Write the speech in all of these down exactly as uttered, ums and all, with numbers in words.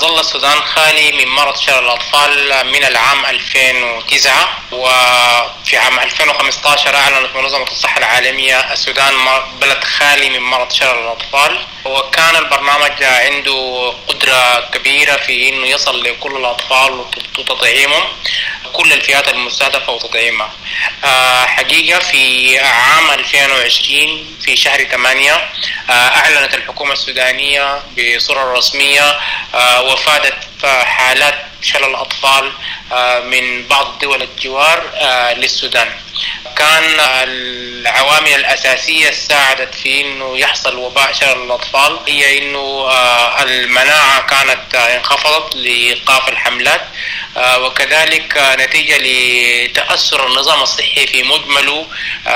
ظل السودان خالي من مرض شلل الأطفال من العام ألفين وتسعة، وفي عام ألفين وخمسة عشر أعلنت منظمة الصحة العالمية السودان بلد خالي من مرض شلل الأطفال. وكان البرنامج عنده قدرة كبيرة في إنه يصل لكل الأطفال وتطعيمهم، كل الفئات المستهدفة وتطعيمها. حقيقة في عام ألفين وعشرين في شهر ثمانية أعلنت الحكومة السودانية بصورة رسمية وفادت حالات شلل الأطفال من بعض دول الجوار للسودان. كان العوامل الأساسية ساعدت في إنه يحصل وباء شلل الأطفال هي إنه المناعة كانت انخفضت لإيقاف الحملات، وكذلك نتيجة لتأثر النظام الصحي في مجمله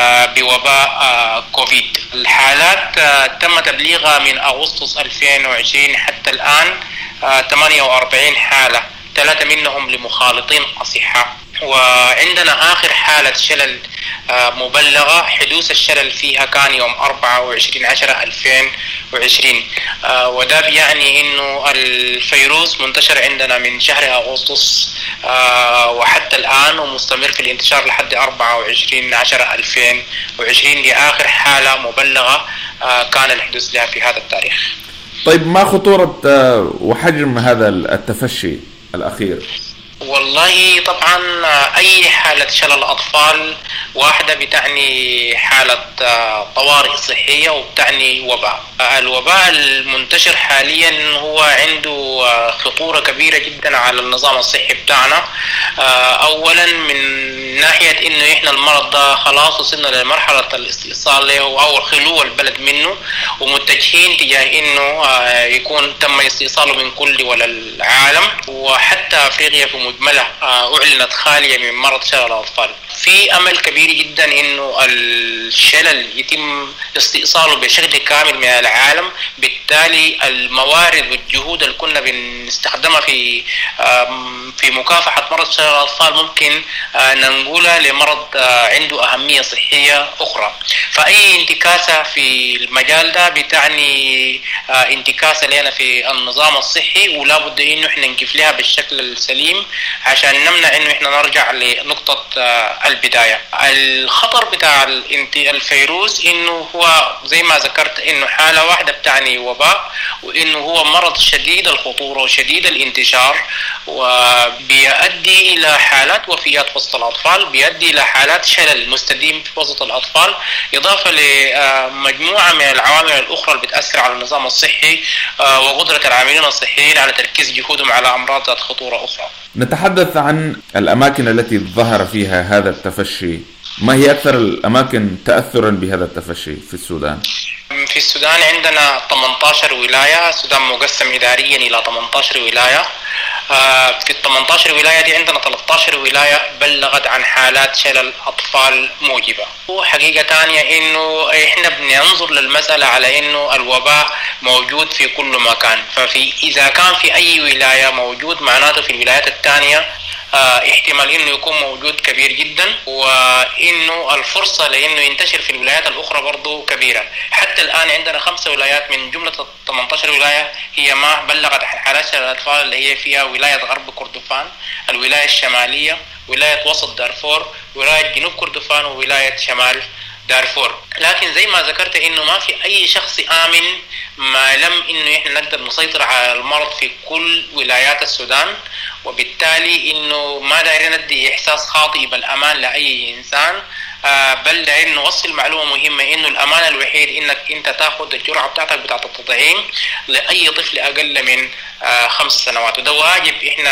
بوباء كوفيد. الحالات تم تبليغها من أغسطس ألفين وعشرين حتى الآن ثمانية وأربعين حالة، ثلاثة منهم لمخالطين أصحاء. وعندنا آخر حالة شلل مبلغة حدوث الشلل فيها كان يوم أربعة وعشرين عشرة ألفين وعشرين، وده بيعني إنه الفيروس منتشر عندنا من شهر أغسطس وحتى الآن ومستمر في الانتشار لحد أربعة وعشرين عشرة ألفين وعشرين لآخر حالة مبلغة كان الحدوث لها في هذا التاريخ. طيب ما خطورة وحجم هذا التفشي الأخير؟ والله طبعا أي حالة شلل أطفال واحدة بتعني حالة طوارئ صحية وبتعني وباء. الوباء المنتشر حاليا هو عنده خطورة كبيرة جدا على النظام الصحي بتاعنا. أولا من ناحية إنه إحنا المرض ده خلاص وصلنا لمرحلة الاستئصال له أو خلو البلد منه، ومتجهين تجاه إنه يكون تم استئصاله من كل دول العالم، وحتى أفريقيا في مجملة أعلنت خالية من مرض شلل الأطفال. في أمل كبير جدا إنه الشلل يتم استئصاله بشكل كامل من العالم، بالتالي الموارد والجهود اللي كنا بنستخدمها في في مكافحة مرض شلل الأطفال ممكن ننقلها لمرض عنده أهمية صحية أخرى. فأي انتكاسة في المجال ده بتعني انتكاسة لنا في النظام الصحي، ولا بد إنه إحنا نقف لها بالشكل السليم عشان نمنع إنه إحنا نرجع لنقطة البداية. الخطر بتاع الفيروس إنه هو زي ما ذكرت إنه حالة واحدة بتعني وباء، وإنه هو مرض شديد الخطورة وشديد الانتشار، وبيؤدي إلى حالات وفيات وسط الأطفال، بيؤدي إلى حالات شلل مستديم في وسط الأطفال، إضافة لمجموعة من العوامل الأخرى اللي بتأثر على النظام الصحي وقدرة العاملين الصحيين على تركيز جهودهم على أمراض ذات خطورة أخرى. نتحدث عن الأماكن التي ظهر فيها هذا التفشي. ما هي أكثر الأماكن تأثرا بهذا التفشي في السودان؟ في السودان عندنا ثمانية عشر ولاية. السودان مقسم إداريا إلى ثمانية عشر ولاية. في ال ثمانية عشر ولاية دي عندنا ثلاثة عشر ولاية بلغت عن حالات شلل أطفال موجبة. وحقيقة تانية إنه إحنا بننظر للمسألة على إنه الوباء موجود في كل مكان، ففي إذا كان في أي ولاية موجود معناته في الولايات الثانية اه احتمال انه يكون موجود كبير جدا، وانه الفرصة لانه ينتشر في الولايات الاخرى برضو كبيرة. حتى الان عندنا خمسة ولايات من جملة ثمانية عشر ولاية هي ما بلغت حالات شلل الاطفال، اللي هي فيها ولاية غرب كردفان، الولاية الشمالية، ولاية وسط دارفور، ولاية جنوب كردفان، وولاية شمال دارفور. لكن زي ما ذكرت انه ما في اي شخص امن ما لم انه احنا نقدر نسيطر على المرض في كل ولايات السودان، وبالتالي انه ما دايرين ندي احساس خاطئ بالامان لاي انسان، بل دايرين نوصل معلومه مهمه انه الامان الوحيد انك انت تاخذ الجرعه بتاعتك بتاعه التطعيم لاي طفل اقل من خمس سنوات. وده واجب احنا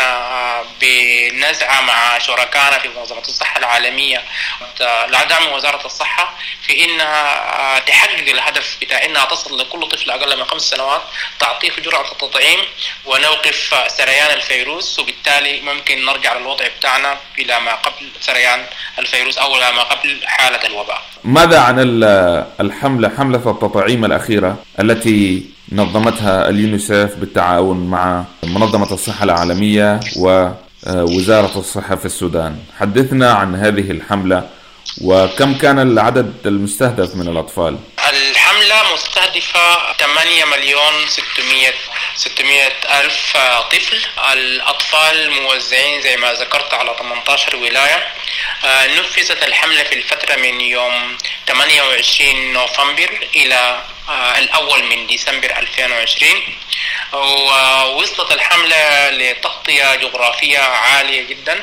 بنسعى مع شركائنا في منظمه الصحه العالميه لدعم وزاره الصحه في انها تحقق الهدف بتاع انها تصل لكل طفل اقل من خمس سنوات، تعطيه جرعه التطعيم ونوقف سريان الفيروس، وبالتالي ممكن نرجع للوضع بتاعنا الى ما قبل سريان الفيروس او الى ما قبل حاله الوباء. ماذا عن الحمله حمله التطعيم الاخيره التي نظمتها اليونيسيف بالتعاون مع منظمة الصحة العالمية ووزارة الصحة في السودان؟ حدثنا عن هذه الحملة وكم كان العدد المستهدف من الأطفال؟ الحملة مستهدفة ثمانية مليون ستمائة ستمائة ألف طفل. الأطفال موزعين زي ما ذكرت على ثمانية عشر ولاية. نفذت الحملة في الفترة من يوم ثمانية وعشرين نوفمبر إلى الأول من ديسمبر ألفين وعشرين، ووصلت الحملة لتغطية جغرافية عالية جدا.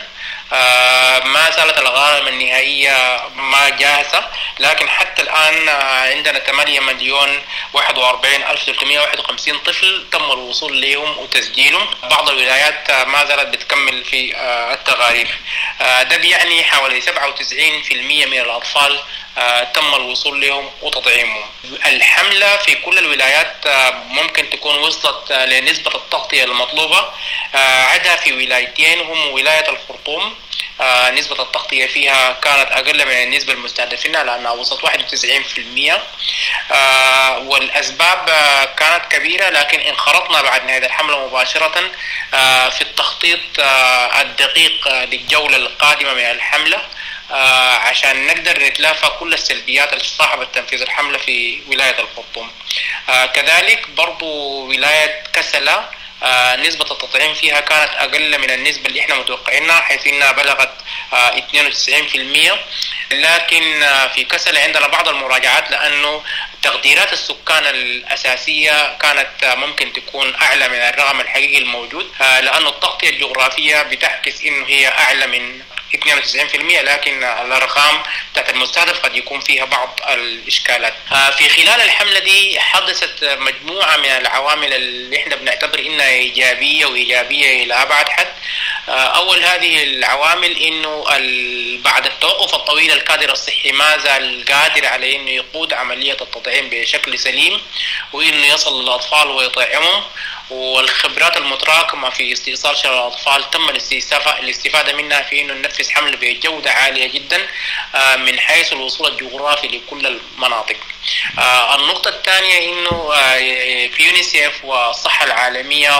آه ما زالت الغرامة النهائية ما جاهزة، لكن حتى الآن آه عندنا ثمانية مليون واحد وأربعين ألف وثلاثمائة وواحد وخمسين طفل تم الوصول لهم وتسجيلهم. بعض الولايات آه ما زالت بتكمل في آه التغارير. آه ده بيعني حوالي سبعة وتسعين بالمئة من الأطفال آه تم الوصول لهم وتطعيمهم. الحملة في كل الولايات آه ممكن تكون وصلت آه لنسبة التغطية المطلوبة، آه عدا في ولايتين هم ولاية الخرطوم آه نسبة التغطية فيها كانت أقل من النسبة المستهدفينها لأنها وصلت واحد وتسعين بالمئة. آه والأسباب آه كانت كبيرة، لكن انخرطنا بعد نهاية الحملة مباشرة آه في التخطيط آه الدقيق آه للجولة القادمة من الحملة آه عشان نقدر نتلافى كل السلبيات اللي صاحبت تنفيذ الحملة في ولاية الخرطوم. آه كذلك برضو ولاية كسلة آه نسبة التطعيم فيها كانت أقل من النسبة اللي احنا متوقعينها، حيث انها بلغت آه اثنين وتسعين بالمئة. لكن آه في كسل عندنا بعض المراجعات لأنه تقديرات السكان الأساسية كانت آه ممكن تكون أعلى من الرقم الحقيقي الموجود، آه لأنه التغطية الجغرافية بتعكس انه هي أعلى من اثنين وتسعين بالمئة، لكن الأرقام بتاعت المستهدف قد يكون فيها بعض الإشكالات. في خلال الحملة دي حدثت مجموعة من العوامل اللي احنا بنعتبر انها إيجابية وإيجابية إلى أبعد حد. أول هذه العوامل إنه بعد التوقف الطويل الكادر الصحي ما زال قادر على إنه يقود عملية التطعيم بشكل سليم، وإنه يصل للأطفال ويطعمهم. والخبرات المتراكمة في استئصال شلل الأطفال تم الاستفادة منها في أنه ننفذ حملة بجودة عالية جدا من حيث الوصول الجغرافي لكل المناطق. النقطة الثانية أنه في يونيسيف والصحة العالمية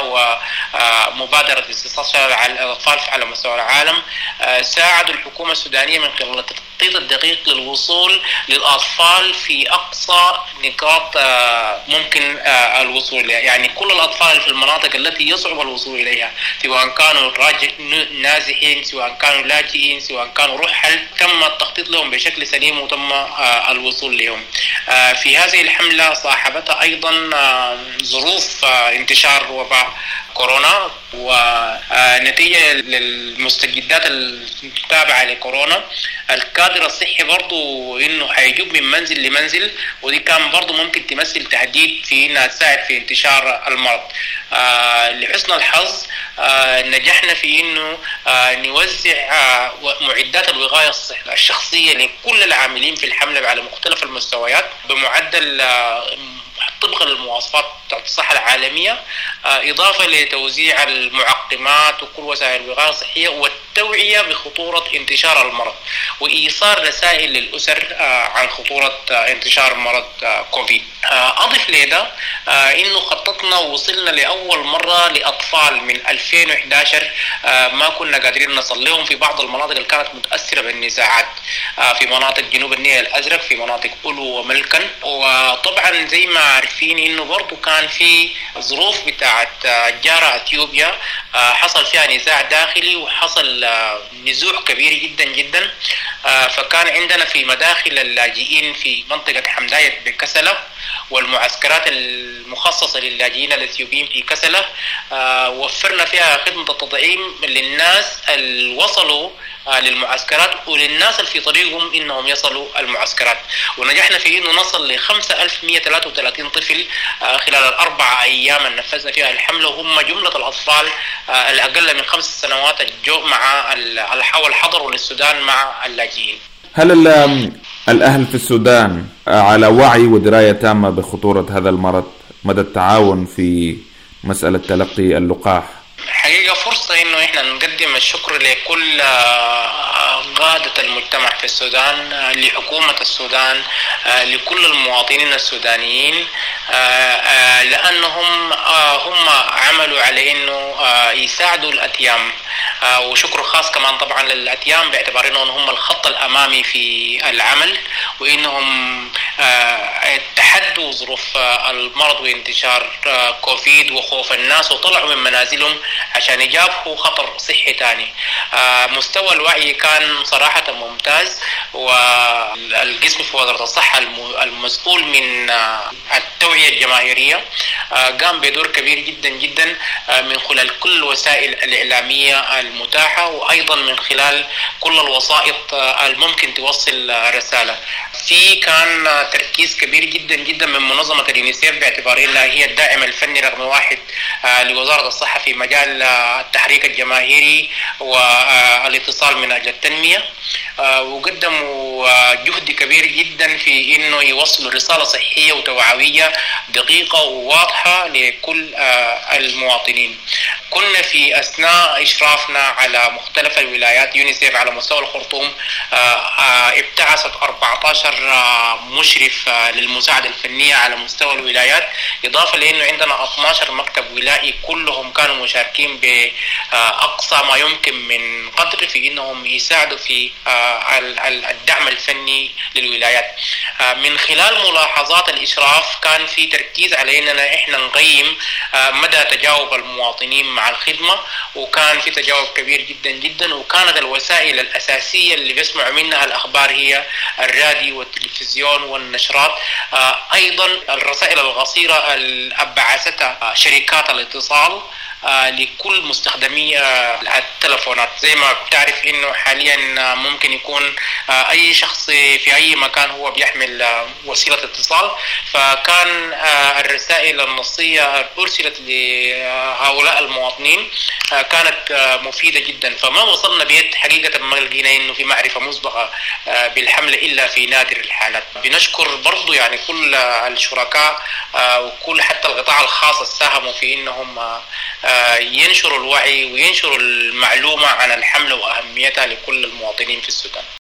ومبادرة استئصال شلل الأطفال على مستوى العالم ساعدوا الحكومة السودانية من خلال التخطيط الدقيق للوصول للأطفال في أقصى نقاط ممكن الوصول لها. يعني كل الأطفال في المناطق التي يصعب الوصول إليها، سواء كانوا نازحين، سواء كانوا لاجئين، سواء كانوا رحل، تم التخطيط لهم بشكل سليم وتم الوصول لهم. في هذه الحملة صاحبتها أيضا ظروف انتشار وباء كورونا، ونتيجة للمستجدات التابعة لكورونا الكادر الصحي برضو إنه حيجوب من منزل لمنزل، ودي كان برضو ممكن تمثل تهديد في إنها تساعد في انتشار المرض. آه لحسن الحظ آه نجحنا في إنه آه نوزع آه معدات الوقاية الشخصية لكل العاملين في الحملة على مختلف المستويات بمعدل آه طبقا للمواصفات الصحة العالمية، إضافة لتوزيع المعقمات وكل وسائل الوقاية الصحية والتوعية بخطورة انتشار المرض وإيصال رسائل للأسر عن خطورة انتشار مرض كوفيد. أضف لذا إنه خططنا ووصلنا لأول مرة لأطفال من ألفين وإحدى عشر ما كنا قادرين نصل لهم في بعض المناطق اللي كانت متأثرة بالنزاعات، في مناطق جنوب النيل الأزرق، في مناطق أولو وملكن. وطبعا زي ما عارفين إنه برضو كان في ظروف بتاعت جارة أثيوبيا حصل فيها نزاع داخلي وحصل نزوع كبير جدا جدا، فكان عندنا في مداخل اللاجئين في منطقة حمداية بكسلة والمعسكرات المخصصة للاجئين الأثيوبيين في كسلة وفرنا فيها خدمة التطعيم للناس اللي وصلوا للمعسكرات وللناس اللي في طريقهم إنهم يصلوا المعسكرات، ونجحنا في إنه نصل لخمسة ألف ومئة وثلاثة وثلاثين طفل خلال الأربع أيام اللي نفذنا فيها الحملة، وهم جملة الأطفال الأقل من خمس سنوات الجو مع الحول حضروا للسودان مع اللاجئين. هل الأهل في السودان على وعي ودراية تامة بخطورة هذا المرض مدى التعاون في مسألة تلقي اللقاح؟ حقيقة فرصة إنه إحنا نقدم الشكر لكل قادة المجتمع في السودان، لحكومة السودان، لكل المواطنين السودانيين، لأنهم هم عملوا على إنه يساعدوا الأتيام، وشكر خاص كمان طبعا للأتيام باعتبار إنهم هم الخط الأمامي في العمل، وإنهم تحدوا ظروف المرض وانتشار كوفيد وخوف الناس وطلعوا من منازلهم عشان يجابهوا خطر صحي تاني. مستوى الوعي كان صراحة ممتاز، والقسم في وزارة الصحة المسؤول من التوعية الجماهيرية قام بدور كبير جدا جدا من خلال كل الوسائل الإعلامية المتاحة، وأيضا من خلال كل الوسائط الممكن توصل رسالة. في كان تركيز كبير جدا جدا من منظمة اليونيسيف باعتبار انها هي الداعم الفني رقم واحد لوزارة الصحة في مجال التحريك الجماهيري والاتصال من اجل التنمية، وقدموا جهد كبير جدا في انه يوصلوا رسالة صحية وتوعوية دقيقة وواضحة لكل المواطنين. كنا في اثناء اشرافنا على مختلف الولايات، يونيسيف على مستوى الخرطوم ابتعثت أربعة عشر مشرف للمساعدة الفنية على مستوى الولايات، إضافة لأنه عندنا اثني عشر مكتب ولائي كلهم كانوا مشاركين بأقصى ما يمكن من قدر في أنهم يساعدوا في الدعم الفني للولايات. من خلال ملاحظات الإشراف كان في تركيز على أننا إحنا نقيم مدى تجاوب المواطنين مع الخدمة، وكان في تجاوب كبير جدا جدا، وكانت الوسائل الأساسية اللي بيسمعوا منها الأخبار هي الراديو والتلفزيون والنشرات. أيضا الرسائل القصيرة بعثتها شركات الاتصال لكل مستخدمي التلفونات. زي ما بتعرف انه حاليا ممكن يكون اي شخص في اي مكان هو بيحمل وسيلة اتصال، فكان الرسائل النصية ارسلت لهؤلاء المواطنين كانت مفيدة جدا. فما وصلنا بيت حقيقة ما لقينا انه في معرفة مسبقة بالحملة الا في نادر الحالات. بنشكر برضو يعني كل الشركاء وكل حتى القطاع الخاص ساهموا في انهم ينشروا الوعي وينشروا المعلومة عن الحملة وأهميتها لكل المواطنين في السودان.